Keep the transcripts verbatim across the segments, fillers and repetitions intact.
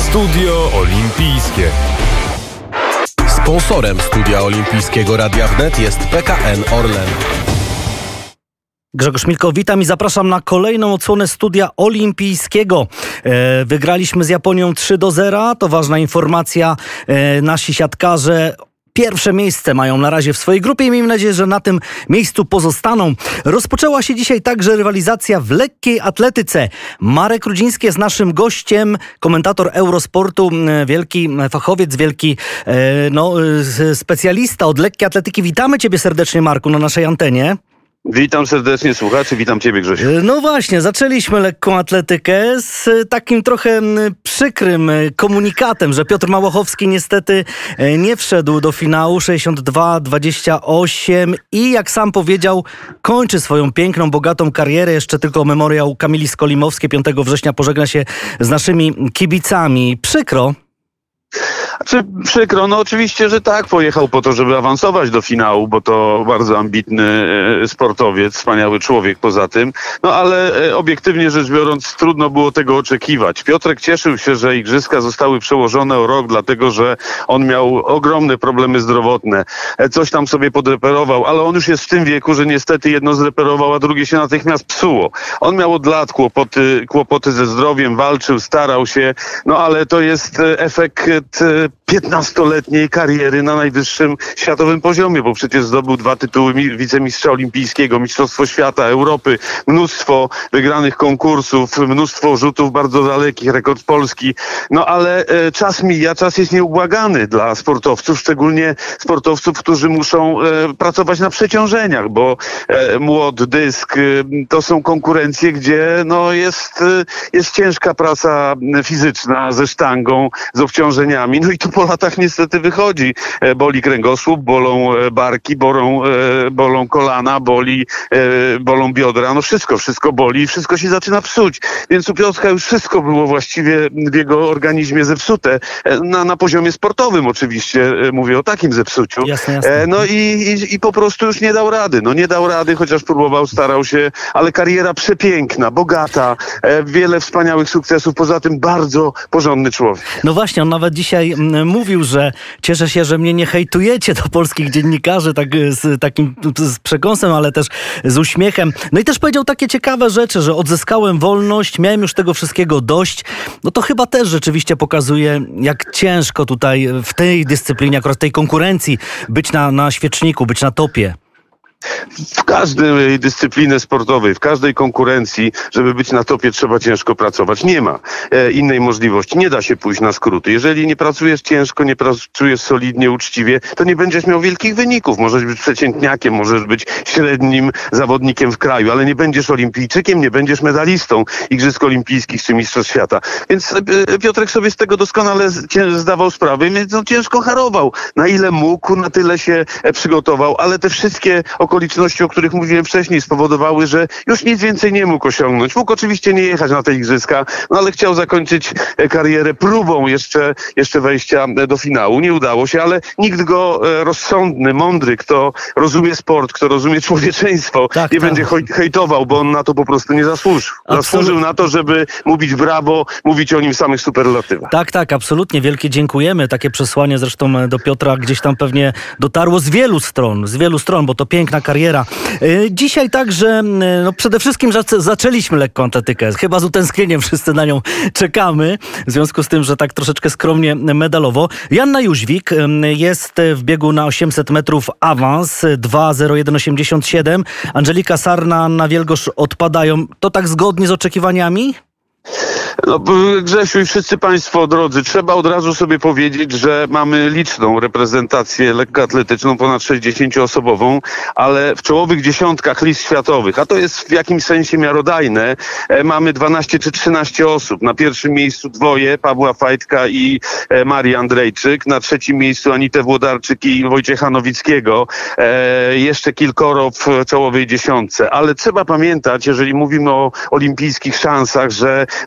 Studio Olimpijskie. Sponsorem Studia Olimpijskiego Radia Wnet jest P K N Orlen. Grzegorz Milko, witam i zapraszam na kolejną odsłonę Studia Olimpijskiego. E, wygraliśmy z Japonią trzy do zera. To ważna informacja. E, nasi siatkarze pierwsze miejsce mają na razie w swojej grupie i miejmy nadzieję, że na tym miejscu pozostaną. Rozpoczęła się dzisiaj także rywalizacja w lekkiej atletyce. Marek Rudziński jest naszym gościem, komentator Eurosportu, wielki fachowiec, wielki e, no, specjalista od lekkiej atletyki. Witamy Ciebie serdecznie, Marku, na naszej antenie. Witam serdecznie słuchaczy, witam Ciebie, Grzesiu. No właśnie, zaczęliśmy lekką atletykę z takim trochę przykrym komunikatem, że Piotr Małochowski niestety nie wszedł do finału. Sześćdziesiąt dwa dwadzieścia osiem i jak sam powiedział, kończy swoją piękną, bogatą karierę. Jeszcze tylko memoriał Kamili Skolimowskiej piątego września pożegna się z naszymi kibicami. Przykro. Czy przykro? No oczywiście, że tak. Pojechał po to, żeby awansować do finału, bo to bardzo ambitny sportowiec, wspaniały człowiek poza tym. No ale obiektywnie rzecz biorąc trudno było tego oczekiwać. Piotrek cieszył się, że igrzyska zostały przełożone o rok, dlatego że on miał ogromne problemy zdrowotne. Coś tam sobie podreperował, ale on już jest w tym wieku, że niestety jedno zreperował, a drugie się natychmiast psuło. On miał od lat kłopoty, kłopoty ze zdrowiem, walczył, starał się, no ale to jest efekt piętnastoletniej kariery na najwyższym światowym poziomie, bo przecież zdobył dwa tytuły wicemistrza olimpijskiego, mistrzostwo świata, Europy, mnóstwo wygranych konkursów, mnóstwo rzutów bardzo dalekich, rekord Polski. No ale e, czas mija, czas jest nieubłagany dla sportowców, szczególnie sportowców, którzy muszą e, pracować na przeciążeniach, bo e, młot, dysk, e, to są konkurencje, gdzie no, jest, e, jest ciężka praca fizyczna ze sztangą, z obciążeniami. No i to po latach niestety wychodzi. Boli kręgosłup, bolą barki, bolą, bolą kolana, boli, bolą biodra. No wszystko, wszystko boli i wszystko się zaczyna psuć. Więc u Piotrka już wszystko było właściwie w jego organizmie zepsute. Na, na poziomie sportowym oczywiście, mówię o takim zepsuciu. Jasne, jasne. No i, i, i po prostu już nie dał rady. No nie dał rady, chociaż próbował, starał się, ale kariera przepiękna, bogata, wiele wspaniałych sukcesów, poza tym bardzo porządny człowiek. No właśnie, on nawet dzisiaj mówił, że cieszę się, że mnie nie hejtujecie do polskich dziennikarzy tak z takim z przekąsem, ale też z uśmiechem. No i też powiedział takie ciekawe rzeczy, że odzyskałem wolność, miałem już tego wszystkiego dość. No to chyba też rzeczywiście pokazuje, jak ciężko tutaj w tej dyscyplinie, akurat w tej konkurencji być na, na świeczniku, być na topie. W każdej dyscyplinie sportowej, w każdej konkurencji, żeby być na topie, trzeba ciężko pracować. Nie ma e, innej możliwości. Nie da się pójść na skróty. Jeżeli nie pracujesz ciężko, nie pracujesz solidnie, uczciwie, to nie będziesz miał wielkich wyników. Możesz być przeciętniakiem, możesz być średnim zawodnikiem w kraju, ale nie będziesz olimpijczykiem, nie będziesz medalistą Igrzysk Olimpijskich czy Mistrzostw Świata. Więc e, Piotrek sobie z tego doskonale zdawał sprawę, więc no, ciężko harował. Na ile mógł, na tyle się e, przygotował, ale te wszystkie okoliczności, o których mówiłem wcześniej, spowodowały, że już nic więcej nie mógł osiągnąć. Mógł oczywiście nie jechać na te igrzyska, no ale chciał zakończyć karierę próbą jeszcze, jeszcze wejścia do finału. Nie udało się, ale nikt go rozsądny, mądry, kto rozumie sport, kto rozumie człowieczeństwo, tak, nie tak. będzie hejtował, bo on na to po prostu nie zasłużył. Absolut... Zasłużył na to, żeby mówić brawo, mówić o nim w samych superlatywach. Tak, tak, absolutnie. Wielkie dziękujemy. Takie przesłanie zresztą do Piotra gdzieś tam pewnie dotarło z wielu stron, z wielu stron, bo to piękna kariera. Dzisiaj także, no przede wszystkim zaczęliśmy lekką atletykę. Chyba z utęsknieniem wszyscy na nią czekamy. W związku z tym, że tak troszeczkę skromnie medalowo. Joanna Jóźwik jest w biegu na osiemset metrów awans. dwa zero jeden osiemdziesiąt siedem. Angelika Sarna, Anna Wielgosz odpadają. To tak zgodnie z oczekiwaniami? No, Grzesiu i wszyscy Państwo drodzy, trzeba od razu sobie powiedzieć, że mamy liczną reprezentację lekkoatletyczną, ponad sześćdziesięcioosobową, ale w czołowych dziesiątkach list światowych, a to jest w jakimś sensie miarodajne, mamy dwanaście czy trzynaście osób. Na pierwszym miejscu dwoje, Pawła Fajtka i Marii Andrejczyk, na trzecim miejscu Anitę Włodarczyk i Wojciecha Nowickiego, e, jeszcze kilkoro w czołowej dziesiątce, ale trzeba pamiętać, jeżeli mówimy o olimpijskich szansach, że wykorzystanie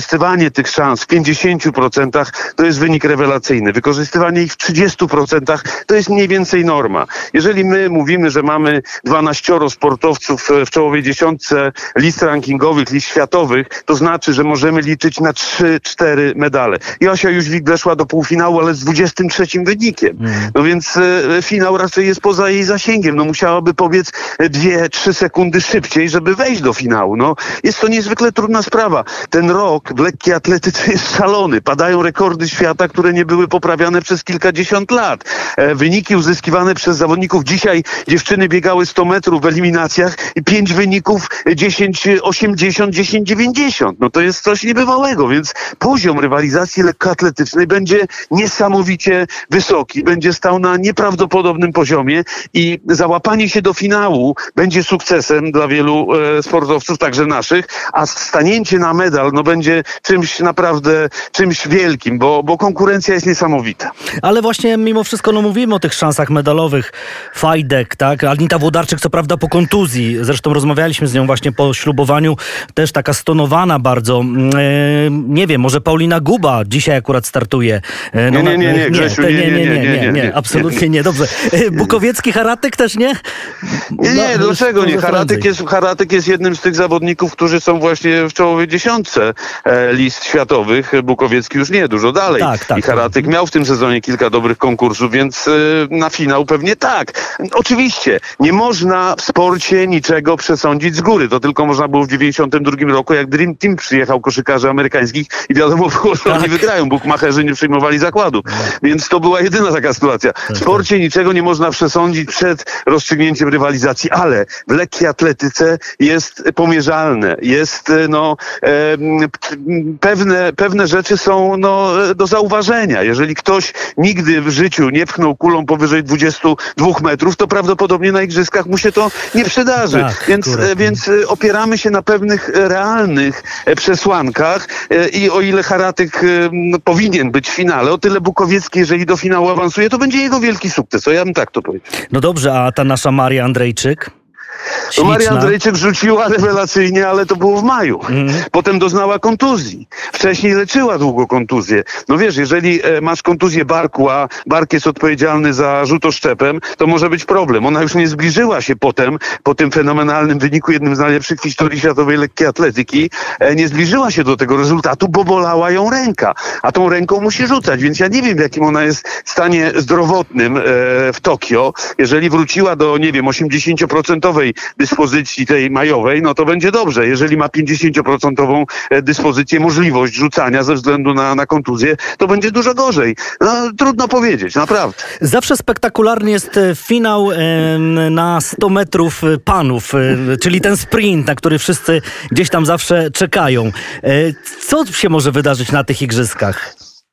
wykorzystywanie tych szans w pięćdziesięciu procentach to jest wynik rewelacyjny. Wykorzystywanie ich w trzydziestu procentach to jest mniej więcej norma. Jeżeli my mówimy, że mamy dwanaścioro sportowców w czołowej dziesiątce list rankingowych, list światowych, to znaczy, że możemy liczyć na trzy cztery medale. Josia Jóźwik weszła do półfinału, ale z dwudziestym trzecim wynikiem. Mm. No więc e, finał raczej jest poza jej zasięgiem. No musiałaby pobiec dwie trzy sekundy szybciej, żeby wejść do finału. No jest to niezwykle trudna sprawa. Ten rok w lekkiej atletyce jest szalony. Padają rekordy świata, które nie były poprawiane przez kilkadziesiąt lat. E, wyniki uzyskiwane przez zawodników. Dzisiaj dziewczyny biegały sto metrów w eliminacjach i pięć wyników dziesięć osiemdziesiąt, dziesięć dziewięćdziesiąt. No to jest coś niebywałego, więc poziom rywalizacji lekkoatletycznej będzie niesamowicie wysoki. Będzie stał na nieprawdopodobnym poziomie i załapanie się do finału będzie sukcesem dla wielu e, sportowców, także naszych, a stanięcie na medal no będzie czymś naprawdę, czymś wielkim, bo, bo konkurencja jest niesamowita. Ale właśnie mimo wszystko no mówimy o tych szansach medalowych. Fajdek, tak? Anita Włodarczyk co prawda po kontuzji, zresztą rozmawialiśmy z nią właśnie po ślubowaniu, też taka stonowana bardzo. E, nie wiem, może Paulina Guba dzisiaj akurat startuje. E, no, nie, nie, nie, nie, Grzesiu, nie, nie, nie, nie, nie, nie, nie, absolutnie nie. Dobrze. E, Bukowiecki, Haratyk też nie? Nie, nie, no, dlaczego nie? Haratyk jest, Haratyk jest jednym z tych zawodników, którzy są właśnie w czołowej dziesiątce e, list światowych. Bukowiecki już nie, dużo dalej. Tak, tak, I Haratyk tak. miał w tym sezonie kilka dobrych konkursów, więc e, na finał pewnie tak. Oczywiście, nie można w sporcie niczego przesądzić z góry. To tylko można było w dziewięćdziesiątym drugim roku, jak Dream Team przyjechał koszykarzy amerykańskich i wiadomo było, że tak. oni wygrają. Bukmacherzy nie przyjmowali zakładu. Więc to była jedyna taka sytuacja. W sporcie niczego nie można przesądzić przed rozstrzygnięciem rywalizacji, ale w lekkiej atletyce jest pomierzalne. Jest, no, e, pewne, pewne rzeczy są, no, do zauważenia. Jeżeli ktoś nigdy w życiu nie pchnął kulą powyżej dwudziestu dwóch metrów, to prawdopodobnie na igrzyskach mu się to nie przydarzy. Tak, więc, e, więc opieramy się na pewnych realnych przesłankach e, i o ile Haratyk e, no, powinien być w finale, o tyle Bukowiecki, jeżeli do finału awansuje, to będzie jego wielki sukces. O, ja bym tak to powiedział. No dobrze, a ta nasza Maria Andrejczyk? No Maria Andrejczyk rzuciła rewelacyjnie, ale to było w maju. Mm. Potem doznała kontuzji. Wcześniej leczyła długo kontuzję. No wiesz, jeżeli e, masz kontuzję barku, a bark jest odpowiedzialny za rzut oszczepem, to może być problem. Ona już nie zbliżyła się potem, po tym fenomenalnym wyniku, jednym z najlepszych w historii światowej lekkiej atletyki, e, nie zbliżyła się do tego rezultatu, bo bolała ją ręka. A tą ręką musi rzucać, więc ja nie wiem, w jakim ona jest stanie zdrowotnym e, w Tokio. Jeżeli wróciła do, nie wiem, osiemdziesięcioprocentowej dyspozycji tej majowej, no to będzie dobrze. Jeżeli ma pięćdziesięcioprocentową dyspozycję, możliwość rzucania ze względu na, na kontuzję, to będzie dużo gorzej. No, trudno powiedzieć, naprawdę. Zawsze spektakularny jest finał e, na sto metrów panów, e, czyli ten sprint, na który wszyscy gdzieś tam zawsze czekają. E, co się może wydarzyć na tych igrzyskach?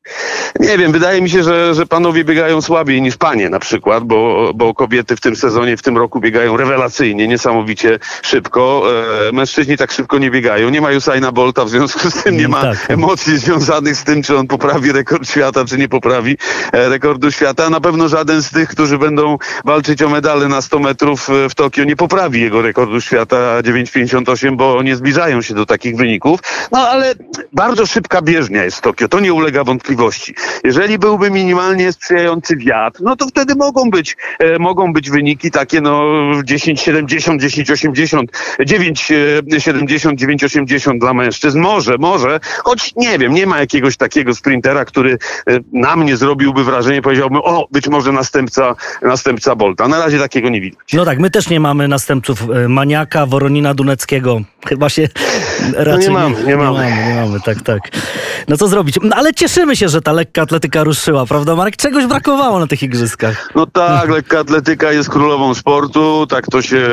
Nie wiem, wydaje mi się, że, że panowie biegają słabiej niż panie na przykład, bo, bo kobiety w tym sezonie, w tym roku biegają rewelacyjnie, niesamowicie szybko. E, mężczyźni tak szybko nie biegają. Nie ma Usaina Bolta, w związku z tym nie ma tak. emocji związanych z tym, czy on poprawi rekord świata, czy nie poprawi e, rekordu świata. Na pewno żaden z tych, którzy będą walczyć o medale na sto metrów w Tokio, nie poprawi jego rekordu świata dziewięć pięćdziesiąt osiem, bo nie zbliżają się do takich wyników. No ale bardzo szybka bieżnia jest w Tokio, to nie ulega wątpliwości. Jeżeli byłby minimalnie sprzyjający wiatr, no to wtedy mogą być, e, mogą być wyniki takie no dziesięć siedemdziesiąt, dziesięć osiemdziesiąt, dziewięć siedemdziesiąt, dziewięć osiemdziesiąt dla mężczyzn. Może, może, choć nie wiem, nie ma jakiegoś takiego sprintera, który e, na mnie zrobiłby wrażenie, powiedziałbym, o, być może następca, następca Bolta. Na razie takiego nie widać. No tak, my też nie mamy następców e, Maniaka, Woronina, Duneckiego. Chyba się raczej no nie, mamy, nie, nie mamy. Nie mamy, nie mamy, tak, tak. No co zrobić? No, ale cieszymy się, że ta lekka atletyka ruszyła, prawda, Marek? Czegoś brakowało na tych igrzyskach. No tak, lekka atletyka jest królową sportu, tak to się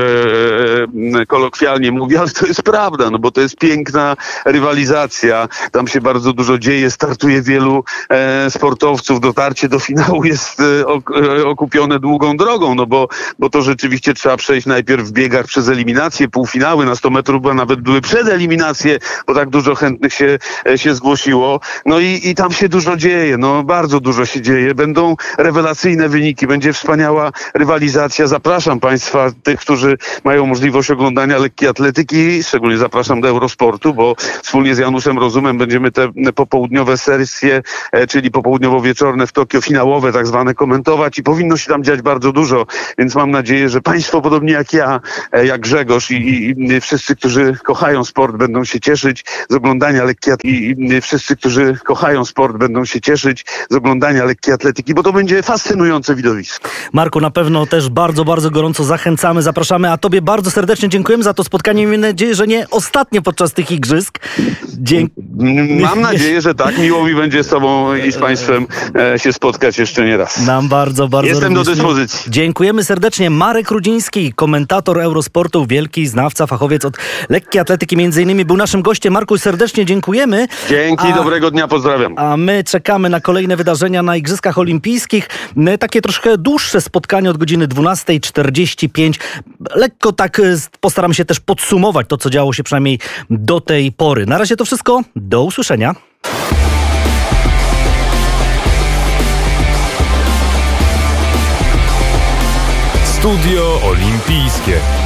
e, kolokwialnie mówi, ale to jest prawda, no bo to jest piękna rywalizacja, tam się bardzo dużo dzieje, startuje wielu e, sportowców, dotarcie do finału jest e, ok, e, okupione długą drogą, no bo, bo to rzeczywiście trzeba przejść najpierw w biegach przez eliminację, półfinały na sto metrów, bo nawet były przed eliminacją, nominacje, bo tak dużo chętnych się, się zgłosiło. No i, i tam się dużo dzieje, no bardzo dużo się dzieje. Będą rewelacyjne wyniki, będzie wspaniała rywalizacja. Zapraszam Państwa, tych, którzy mają możliwość oglądania lekkiej atletyki, szczególnie zapraszam do Eurosportu, bo wspólnie z Januszem Rozumem będziemy te popołudniowe sesje, czyli popołudniowo-wieczorne w Tokio, finałowe tak zwane, komentować i powinno się tam dziać bardzo dużo, więc mam nadzieję, że Państwo podobnie jak ja, jak Grzegorz i, i, i wszyscy, którzy kochają sport, będą się cieszyć z oglądania lekkiej atletyki i, i wszyscy, którzy kochają sport, będą się cieszyć z oglądania lekkiej atletyki, bo to będzie fascynujące widowisko. Marku, na pewno też bardzo, bardzo gorąco zachęcamy, zapraszamy, a Tobie bardzo serdecznie dziękujemy za to spotkanie. Mam nadzieję, że nie ostatnie podczas tych igrzysk. Dzięki. Mam nadzieję, że tak. Miło mi będzie z Tobą i z Państwem e, się spotkać jeszcze nie raz. Nam bardzo, bardzo Jestem również. do dyspozycji. Dziękujemy serdecznie. Marek Rudziński, komentator Eurosportu, wielki znawca, fachowiec od lekkiej atletyki między innymi, był naszym gościem. Marku, serdecznie dziękujemy. Dzięki, a, dobrego dnia, pozdrawiam. A my czekamy na kolejne wydarzenia na Igrzyskach Olimpijskich. Takie troszkę dłuższe spotkanie od godziny dwunasta czterdzieści pięć. Lekko tak postaram się też podsumować to, co działo się przynajmniej do tej pory. Na razie to wszystko. Do usłyszenia. Studio Olimpijskie.